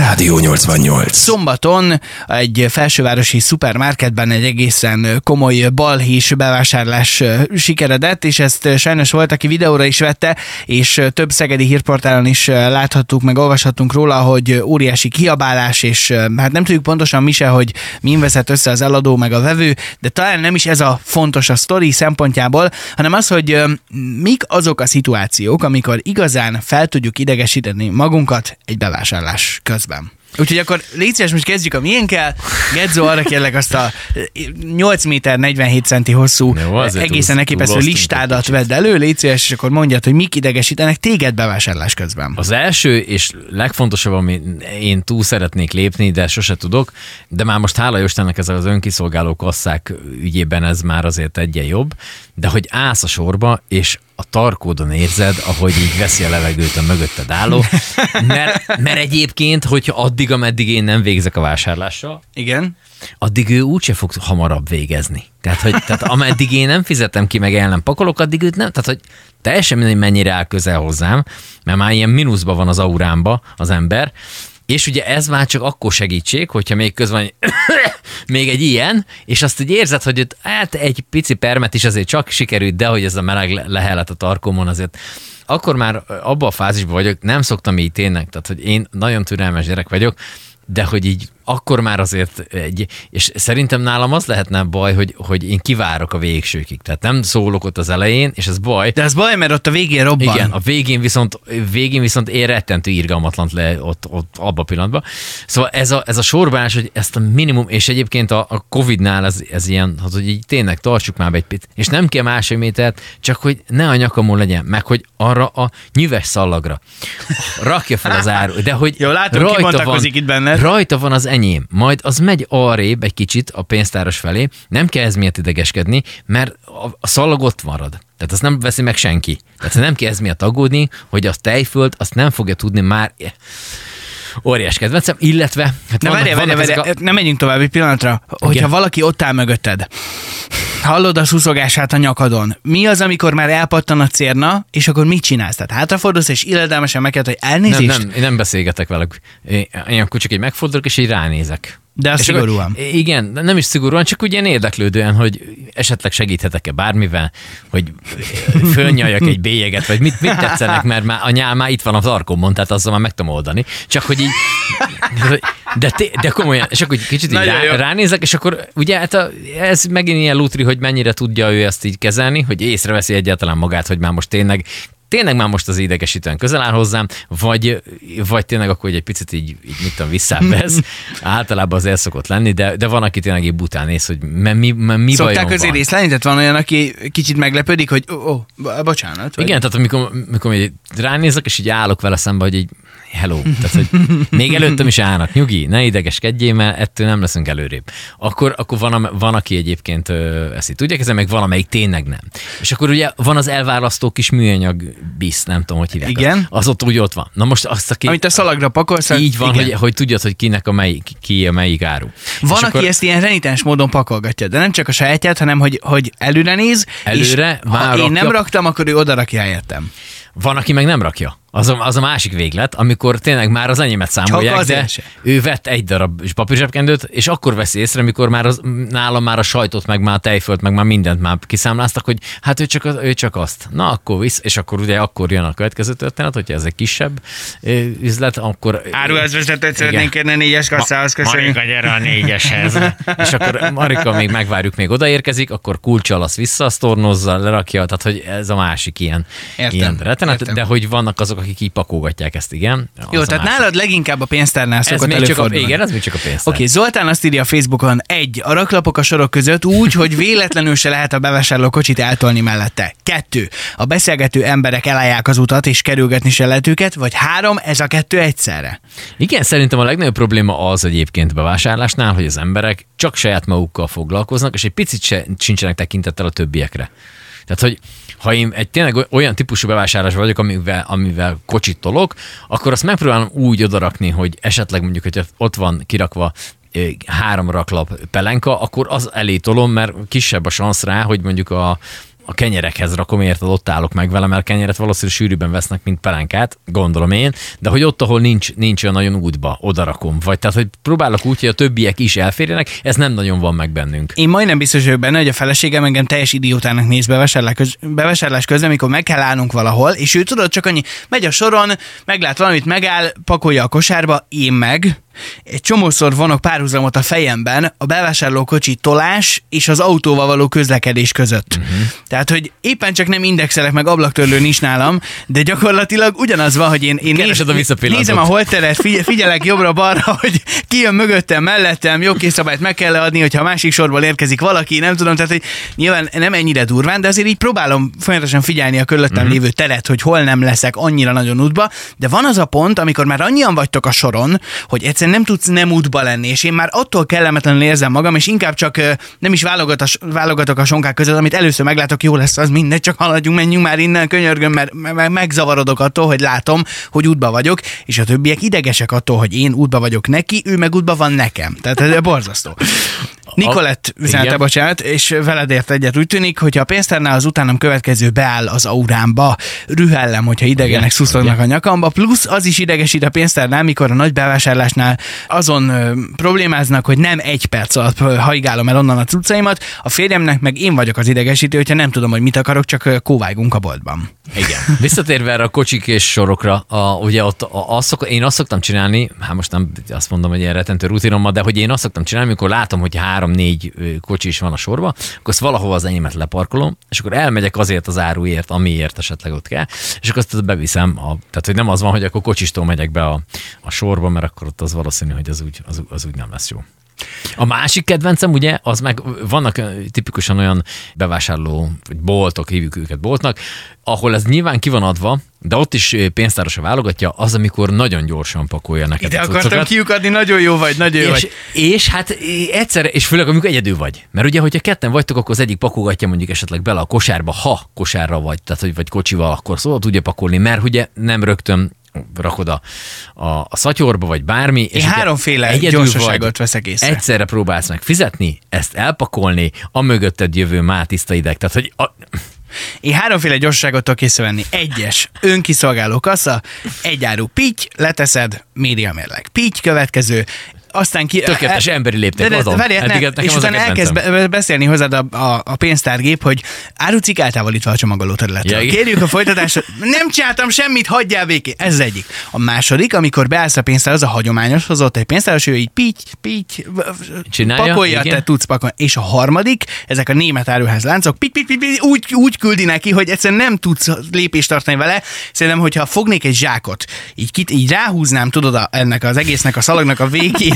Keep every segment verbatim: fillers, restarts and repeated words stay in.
Rádió nyolcvannyolc. Szombaton egy felsővárosi szupermarketben egy egészen komoly balhés bevásárlás sikeredett, és ezt sajnos volt, aki videóra is vette, és több szegedi hírportálon is láthattuk, meg olvashattunk róla, hogy óriási kiabálás, és hát nem tudjuk pontosan mi se, hogy min vezet össze az eladó meg a vevő, de talán nem is ez a fontos a sztori szempontjából, hanem az, hogy mik azok a szituációk, amikor igazán fel tudjuk idegesíteni magunkat egy bevásárlás közben. Úgyhogy akkor légy szíves, most kezdjük a miénkkel. Gedzo, arra kérlek azt a nyolc méter negyvenhét centi hosszú, jó, egészen elképesztő listádat vedd elő, légy szíves, és akkor mondjad, hogy mik idegesítenek téged bevásárlás közben. Az első és legfontosabb, ami én túl szeretnék lépni, de sose tudok, de már most hála Istennek ez az önkiszolgáló kasszák ügyében ez már azért egyen jobb, de hogy állsz a sorba, és a tarkódon érzed, ahogy így veszi a levegőt a mögötted álló, mert, mert egyébként, hogyha addig, ameddig én nem végzek a vásárlással, igen, addig ő úgyse fog hamarabb végezni. Tehát, hogy, tehát ameddig én nem fizetem ki, meg el nem pakolok, addig őt nem, tehát, hogy teljesen mindegy, mennyire áll közel hozzám, mert már ilyen mínuszban van az aurámba az ember, és ugye ez már csak akkor segítség, hogyha még közben még egy ilyen, és azt úgy érzed, hogy ott, hát egy pici permet is azért csak sikerült, de hogy ez a meleg lehelet a tarkomon azért, akkor már abban a fázisban vagyok, nem szoktam így tényleg, tehát hogy én nagyon türelmes gyerek vagyok, de hogy így akkor már azért egy, és szerintem nálam az lehetne baj, hogy, hogy én kivárok a végsőkig. Tehát nem szólok ott az elején, és ez baj. De ez baj, mert ott a végén robban. Igen, a végén viszont, végén viszont én rettentő irgalmatlan le ott, ott abban a pillanatban. Szóval ez a, ez a sorbálás, hogy ezt a minimum, és egyébként a, a Covidnál ez, ez ilyen, hogy így tényleg tartsuk már be egy picit, és nem kell másfél métert, csak hogy ne a nyakamon legyen, meg hogy arra a nyüves szallagra rakja fel az áru. De hogy jó, látom, rajta van, itt benned. Rajta van az enyém, majd az megy arrébb egy kicsit a pénztáros felé, nem kell ez miatt idegeskedni, mert a szallag ott marad. Tehát azt nem veszi meg senki. Tehát nem kell ez miatt aggódni, hogy a tejföld azt nem fogja tudni már... Óriás kedvencem, illetve... Hát ne várjál, várjál, várjál, a... nem menjünk tovább egy pillanatra. Hogyha igen, valaki ott áll mögötted, hallod a szuszogását a nyakadon, mi az, amikor már elpattan a cérna, és akkor mit csinálsz? Tehát hátrafordulsz, és illedelmesen meg kell, hogy elnézést? Nem, nem, én nem beszélgetek velük. Én, én akkor csak így megfordulok, és így ránézek. De az szigorúan. Akkor, igen, nem is szigorúan, csak úgy ilyen érdeklődően, hogy esetleg segíthetek-e bármivel, hogy fölnyaljak egy bélyeget, vagy mit, mit tetszenek, mert már a nyál már itt van a tarkomon, tehát azzal már meg tudom oldani. Csak hogy így, de, de komolyan, és akkor kicsit így rá, ránézek, és akkor ugye hát a, ez megint ilyen lútri, hogy mennyire tudja ő ezt így kezelni, hogy észreveszi egyáltalán magát, hogy már most tényleg tényleg már most az idegesítően közel áll hozzám, vagy, vagy tényleg akkor egy picit így, így mit tudom, visszábbez. Általában az el szokott lenni, de, de van, aki tényleg így bután néz, hogy mi, mi, mi szokták azért észlelni, tehát van olyan, aki kicsit meglepődik, hogy ó, oh, oh, bocsánat. Vagy... Igen, tehát amikor, amikor így ránézek, és így állok vele szembe, hogy így hello, tehát hogy még előttem is állnak, nyugi, ne idegeskedjél, mert ettől nem leszünk előrébb. Akkor, akkor van, van, aki egyébként ezt így tudja kezelni, meg valamelyik tényleg nem. És akkor ugye van az elválasztó kis műanyag bisz, nem tudom, hogy hívják. Igen. Az, az ott úgy ott van. Na most azt, aki... Amit a szalagra pakolsz. Így van, hogy, hogy tudjad, hogy kinek a melyik, ki a melyik áru. Van, és aki akkor... ezt ilyen renitens módon pakolgatja, de nem csak a sajátját, hanem hogy, hogy előre néz, előre, és ha én nem raktam, akkor ő oda rakja helyettem. Van, aki meg nem rakja. Az a, az a másik véglet, amikor tényleg már az enyémet számolják, de se. Ő vett egy darab papírzsebkendőt, és akkor veszi észre, mikor már az, nálam már a sajtot, meg már a tejfölt, meg már mindent már kiszámláztak, hogy hát ő csak, ő csak azt. Na, akkor visz, és akkor ugye akkor jön a következő történet, hogyha ez egy kisebb üzlet, akkor... Áruházvezetőt szeretnénk kérni a négyes kasszához, köszönjük. Marika, gyere a négyeshez. És akkor Marika még megvárjuk, még odaérkezik, akkor kulccsal azt visszasztornozza, lerakja, tehát hogy ez a másik ilyen, ilyen rettenet, de hogy vannak azok, akik így pakolgatják ezt, igen. Jó, tehát másik. Nálad leginkább a pénztárnál szokott előfordulni. Igen, ez még csak a pénztár. Oké, okay, Zoltán azt írja a Facebookon, egy, a raklapok a sorok között úgy, hogy véletlenül se lehet a bevásárló kocsit eltolni mellette. Kettő, a beszélgető emberek elállják az utat, és kerülgetni se lehet őket, vagy három, ez a kettő egyszerre. Igen, szerintem a legnagyobb probléma az egyébként bevásárlásnál, hogy az emberek csak saját magukkal foglalkoznak, és egy picit se sincsenek tekintettel a többiekre. Tehát, hogy ha én egy tényleg olyan típusú bevásárlás vagyok, amivel, amivel kocsit tolok, akkor azt megpróbálom úgy odarakni, hogy esetleg mondjuk, hogy ott van kirakva három raklap pelenka, akkor az elé tolom, mert kisebb a szansz rá, hogy mondjuk a a kenyerekhez rakom, érted, ott állok meg vele, mert kenyeret valószínűleg sűrűbben vesznek, mint pelenkát, gondolom én, de hogy ott, ahol nincs, nincs olyan nagyon útba, oda rakom. Vagy tehát, hogy próbálok úgy, hogy a többiek is elférjenek, ez nem nagyon van meg bennünk. Én majdnem biztos vagyok benne, hogy a feleségem engem teljes idiótának néz bevásárlás, köz, bevásárlás közben, amikor meg kell állnunk valahol, és ő tudod, csak annyi, megy a soron, meglát valamit, megáll, pakolja a kosárba, én meg egy csomószor vonok párhuzamot a fejemben a bevásárlókocsi tolás és az autóval való közlekedés között. Uh-huh. Tehát, hogy éppen csak nem indexelek, meg ablaktörlő nincs nálam, de gyakorlatilag ugyanaz van, hogy én, én néz, a nézem a holteret, figy- figyelek jobbra-balra, hogy ki jön mögöttem, mellettem, jogkészabályt meg kell adni, hogyha a másik sorból érkezik valaki, nem tudom, tehát, hogy nyilván nem ennyire durván, de azért így próbálom folyamatosan figyelni a körülöttem uh-huh. lévő teret, hogy hol nem leszek annyira nagyon útba, de van az a pont, amikor már annyian vagytok a soron, hogy egyszerűen nem tudsz nem útba lenni, és én már attól kellemetlenül érzem magam, és inkább csak nem is válogat a, válogatok a sonkák között, amit először meglátok, jó lesz, az mindegy, csak haladjunk, menjünk már innen, könyörgöm, mert, mert megzavarodok attól, hogy látom, hogy útba vagyok, és a többiek idegesek attól, hogy én útba vagyok neki, ő meg útba van nekem. Tehát ez borzasztó. Nikolett üzenete, bocsánat, és veled ért egyet. Úgy tűnik, hogyha a pénztárnál az utánam következő beáll az aurámba, rühellem, hogyha idegenek szuszognak a nyakamba, plusz az is idegesít a pénztárnál, mikor a nagy bevásárlásnál azon ö, problémáznak, hogy nem egy perc alatt hajgálom el onnan a cuccaimat, a férjemnek meg én vagyok az idegesítő, hogyha nem tudom, hogy mit akarok, csak kóvágunk a boltban. Igen. Visszatérve erre a kocsik és sorokra, a, ugye ott a, azt szok, én azt szoktam csinálni, hát most nem azt mondom, hogy ilyen rettentő rutinommal, de hogy én azt szoktam csinálni, amikor látom, hogy három-négy kocsi is van a sorba, akkor azt valahova az enyémet leparkolom, és akkor elmegyek azért az áruért, amiért esetleg ott kell, és akkor azt beviszem, a, tehát hogy nem az van, hogy akkor kocsistól megyek be a, a sorba, mert akkor ott az valószínű, hogy az úgy, az, az úgy nem lesz jó. A másik kedvencem, ugye, az meg vannak tipikusan olyan bevásárló, vagy boltok, hívjuk őket boltnak, ahol ez nyilván ki van adva, de ott is pénztárosa válogatja, az, amikor nagyon gyorsan pakolja neked. Ide akartam kiukadni, nagyon jó vagy, nagyon jó és, vagy. És hát egyszer, és főleg amikor egyedül vagy. Mert ugye, hogyha ketten vagytok, akkor az egyik pakolgatja mondjuk esetleg bele a kosárba, ha kosárra vagy, tehát hogy vagy kocsival, akkor szóval tudja pakolni, mert ugye nem rögtön rakod a, a, a szatyorba, vagy bármi. Én háromféle gyorsaságot veszek észre. Egyszerre próbálsz meg fizetni, ezt elpakolni, a mögötted jövő már tiszta ideg. Tehát, hogy a... Én háromféle gyorsaságot tudok észrevenni. Egyes, önkiszolgáló kassa, egy áru pitty, leteszed, médiamérleg. Pitty, következő, aztán ki... Tökéletes el, emberi lépték, azon. Várjál, és utána elkezd be, beszélni hozzád a, a, a pénztárgép, hogy árucik eltávolítva a csomagoló területről. Ja, kérjük a folytatásra. Nem csináltam semmit, hagyjál békén. Ez az egyik. A második, amikor beállsz a pénztár, az a hagyományos, hozott egy pénztáros, ő így pitty, pitty, pakolja, te tudsz pakolni. És a harmadik, ezek a német áruházláncok, pitty, pitty, pitty, úgy, úgy küldi neki, hogy egyszerűen nem tudsz lépést tartani vele. Szerintem, hogyha fognék egy zsákot, így, kit, így ráhúznám, tudod, a, ennek az egésznek a szalagnak a végére,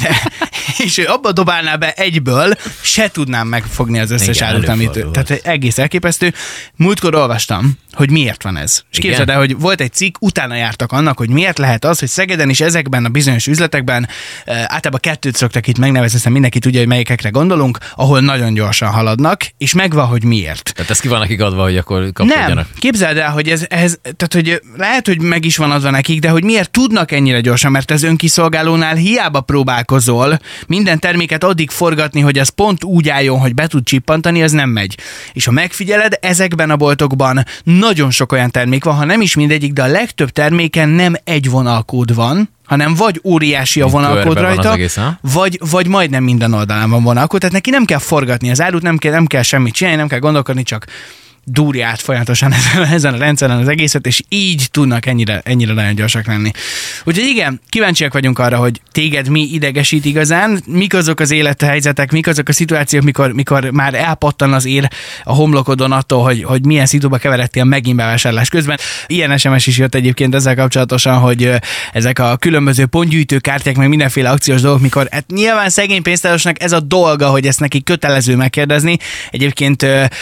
és ő abba dobálná be egyből, se tudnám megfogni az összes igen, árut, amit ő. Tehát egész elképesztő. Múltkor olvastam, hogy miért van ez. És képzeld el, hogy volt egy cikk, utána jártak annak, hogy miért lehet az, hogy Szegeden is ezekben a bizonyos üzletekben uh, általában kettőt szoktak itt megnevezni, hiszen mindenki tudja, hogy melyikekre gondolunk, ahol nagyon gyorsan haladnak, és megvan, hogy miért. Tehát ez ki van nekik adva, hogy akkor kapkodjanak? Nem, képzeld el, hogy ez, ez, tehát hogy lehet, hogy meg is van adva nekik, de hogy miért tudnak ennyire gyorsan, mert az önkiszolgálónál hiába próbálkozol minden terméket addig forgatni, hogy az pont úgy álljon, hogy be tud csippantani, az nem megy. És ha megfigyeled, ezekben a boltokban nagyon sok olyan termék van, ha nem is mindegyik, de a legtöbb terméken nem egy vonalkód van, hanem vagy óriási a vonalkód rajta, egész, vagy, vagy majdnem minden oldalán van vonalkód, tehát neki nem kell forgatni az árut, nem kell, nem kell semmit csinálni, nem kell gondolkodni, csak dúrja át folyamatosan ezen, ezen a rendszeren az egészet, és így tudnak ennyire, ennyire nagyon gyorsak lenni. Úgyhogy igen, kíváncsiak vagyunk arra, hogy téged mi idegesít igazán, mik azok az élethelyzetek, mik azok a szituációk, mikor, mikor már elpattan az ér a homlokodon attól, hogy, hogy milyen szituba keveredtél megint bevásárlás közben. Ilyen es em es is jött egyébként ezzel kapcsolatosan, hogy ezek a különböző pontgyűjtő kártyák, meg mindenféle akciós dolgok, mikor hát nyilván szegény pénztárosnak ez a dolga, hogy ezt neki kötelező megkérdezni. Egyébként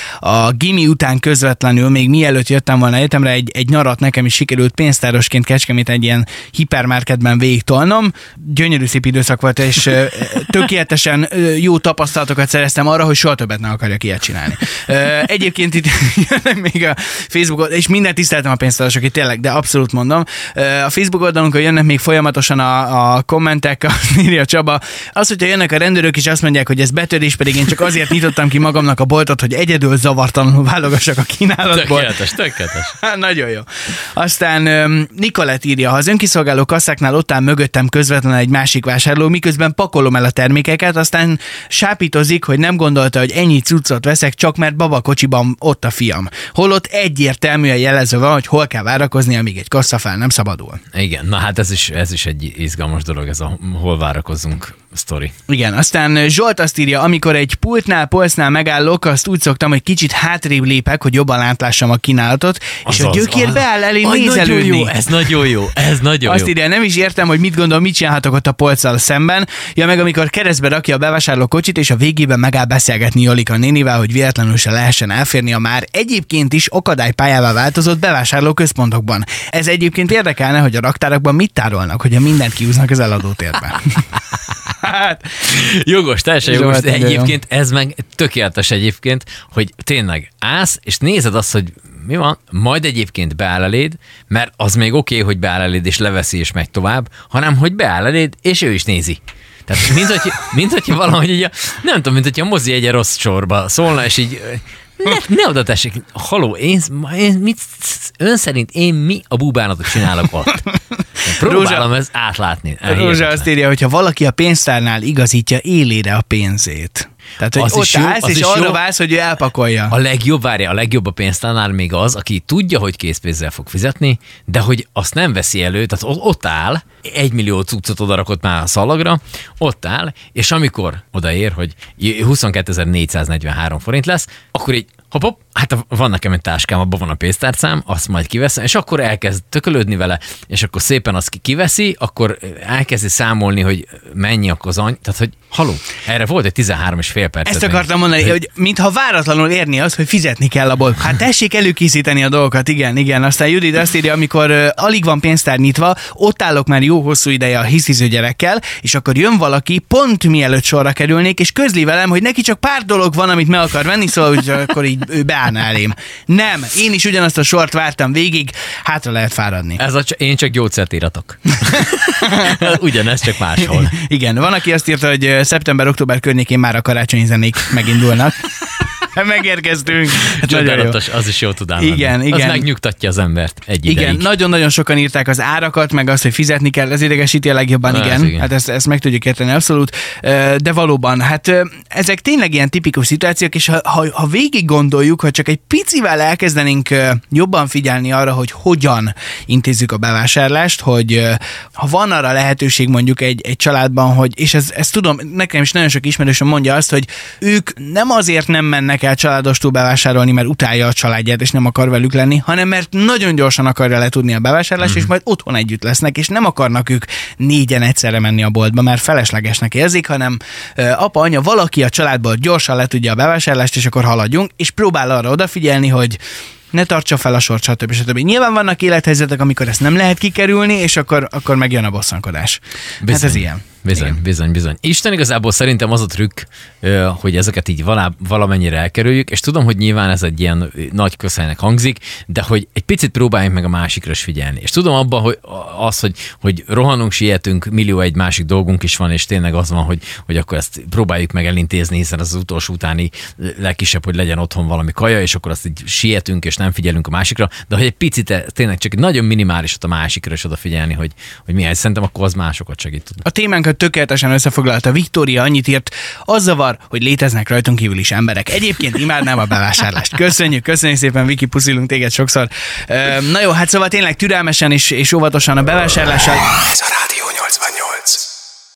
a gimi után közvetlenül, még mielőtt jöttem volna egyetemre, egy, egy nyarat nekem is sikerült pénztárosként Kecskemét egy ilyen hipermarketben végigtolnom. Gyönyörű szép időszak volt, és tökéletesen jó tapasztalatokat szereztem arra, hogy soha többet ne akarjak ilyet csinálni. Egyébként itt jönnek még a Facebookon, és minden tiszteltem a pénztárosok, itt tényleg, de abszolút mondom. A Facebook oldalunkon jönnek még folyamatosan a, a kommentek, azt írja Csaba. Az, hogyha jönnek a rendőrök és azt mondják, hogy ez betörés, pedig én csak azért nyitottam ki magamnak a boltot, hogy egyedül zavartalanul válogass olvassak a kínálatból. Tökéletes, tökéletes. Nagyon jó. Aztán um, Nikolett írja, ha az önkiszolgáló kasszáknál ott áll mögöttem közvetlenül egy másik vásárló, miközben pakolom el a termékeket, aztán sápítozik, hogy nem gondolta, hogy ennyi cuccot veszek, csak mert babakocsiban ott a fiam. Holott egyértelműen jelezve van, hogy hol kell várakozni, amíg egy kassa fel nem szabadul. Igen, na hát ez is, ez is egy izgalmas dolog, ez a hol várakozunk sztori. Igen, aztán Zsolt azt írja, amikor egy pultnál, polcnál megállok, azt úgy szoktam, hogy kicsit hátrébb lépek, hogy jobban átlássam a kínálatot, az és az, a gyökér az, beáll elé nézelődni. Jó, ez nagyon jó, ez nagyon azt jó. Azt írja, nem is értem, hogy mit gondol, mit csinálhatok ott a polccal szemben. Ja, meg amikor keresztbe rakja a bevásárló kocsit, és a végében megáll beszélgetni Jolika nénivel, hogy véletlenül se lehessen elférni a már egyébként is akadálypályává változott bevásárló központokban. Ez egyébként érdekelne, hogy a raktárakban mit tárolnak, hogyha mindent kiúznak az eladótérbe. Hát, jogos, teljesen jogos, de egyébként ez meg tökéletes egyébként, hogy tényleg állsz, és nézed azt, hogy mi van, majd egyébként beáll eléd, mert az még oké, okay, hogy beáll eléd, és leveszi, és megy tovább, hanem, hogy beáll eléd, és ő is nézi. Tehát, mint hogy, mint hogyha valahogy, így a, nem tudom, mint hogyha a mozi egy rossz sorba szólna, és így ne, ne oda tessék, haló, én, én mit, ön szerint én mi a búbánatot csinálok ott? Próbálom Rózsa, ezt átlátni. Rózsa azt írja, hogy ha valaki a pénztárnál igazítja élére a pénzét. Tehát, hogy az ott jó, állsz, és arra jó. Válsz, hogy ő elpakolja. A legjobb, várja, a legjobb a pénztárnál még az, aki tudja, hogy készpénzzel fog fizetni, de hogy azt nem veszi elő, tehát ott áll, egy millió cuccot odarakott már a szalagra, ott áll, és amikor odaér, hogy huszonkétezer-négyszáznegyvenhárom forint lesz, akkor így hopp, hopp, hát van nekem egy táskám, abban van a pénztárcám, azt majd kiveszem, és akkor elkezd tökölődni vele, és akkor szépen azt kiveszi, akkor elkezdi számolni, hogy mennyi a kozany, tehát hogy haló, erre volt egy tizenhárom és fél perc. Ezt akartam mondani, hogy, hogy mintha váratlanul érni az, hogy fizetni kell abból. Hát tessék előkészíteni a dolgokat, igen, igen. Aztán Judit azt írja, amikor uh, alig van pénztár nyitva, ott állok már jó hosszú ideje a hisziző gyerekkel, és akkor jön valaki, pont mielőtt sorra kerülnék, és közli velem, hogy neki csak pár dolog van, amit meg akar venni, szóval hogy akkor így ő beállna elém. Nem, én is ugyanazt a sort vártam végig, hátra lehet fáradni. Ez a, én csak gyógyszert íratok. Ugyanez, csak máshol. Igen, van, aki azt írta, hogy szeptember-október környékén már a karácsonyi zenék megindulnak. Megérkeztünk. Csodálatos, az is jó tudám. Igen, lenni. igen. Az megnyugtatja az embert egy igen, ideig. nagyon-nagyon sokan írták az árakat, meg azt, hogy fizetni kell, ez idegesíti a legjobban, Na, igen. igen. Hát ezt, ezt meg tudjuk érteni abszolút. De valóban, hát ezek tényleg ilyen tipikus szituációk, és ha, ha, ha végig gondoljuk, hogy csak egy picivel elkezdenénk jobban figyelni arra, hogy hogyan intézzük a bevásárlást, hogy ha van arra lehetőség mondjuk egy, egy családban, hogy, és ez, ezt tudom, nekem is nagyon sok ismerősöm mondja azt, hogy ők nem azért nem mennek el családostól bevásárolni, mert utálja a családját, és nem akar velük lenni, hanem mert nagyon gyorsan akarja letudni a bevásárlást, mm-hmm. és majd otthon együtt lesznek, és nem akarnak ők négyen egyszerre menni a boltba, mert feleslegesnek érzik, hanem uh, apa, anya, valaki a családból gyorsan letudja a bevásárlást, és akkor haladjunk, és próbál arra odafigyelni, hogy ne tartsa fel a sort, stb. stb. Nyilván vannak élethelyzetek, amikor ezt nem lehet kikerülni, és akkor, akkor megjön a bosszankodás. Bizony, hát ez ilyen. Bizony, Igen. bizony, bizony. Isten igazából szerintem az a trükk, hogy ezeket így valá, valamennyire elkerüljük, és tudom, hogy nyilván ez egy ilyen nagy közhelynek hangzik, de hogy egy picit próbáljunk meg a másikra is figyelni. És tudom abban, hogy az, hogy, hogy rohanunk, sietünk, millió egy másik dolgunk is van, és tényleg az van, hogy, hogy akkor ezt próbáljuk meg elintézni, hiszen az, az utolsó utáni legkisebb, hogy legyen otthon valami kaja, és akkor azt így sietünk, és nem figyelünk a másikra, de hogy egy picit tényleg csak egy nagyon minimálisat a másikra is odafigyelni, hogy, hogy mi, szerintem akkor az másokat segít tudni. A témánkat tökéletesen összefoglalta Viktória, annyit írt, az zavar, hogy léteznek rajtunk kívül is emberek. Egyébként imádnám a bevásárlást. Köszönjük, köszönjük szépen, Viki, puszilunk téged sokszor. Na jó, hát szóval tényleg türelmesen és, és óvatosan a bevásárlással. Ez a Rádió nyolcvannyolc.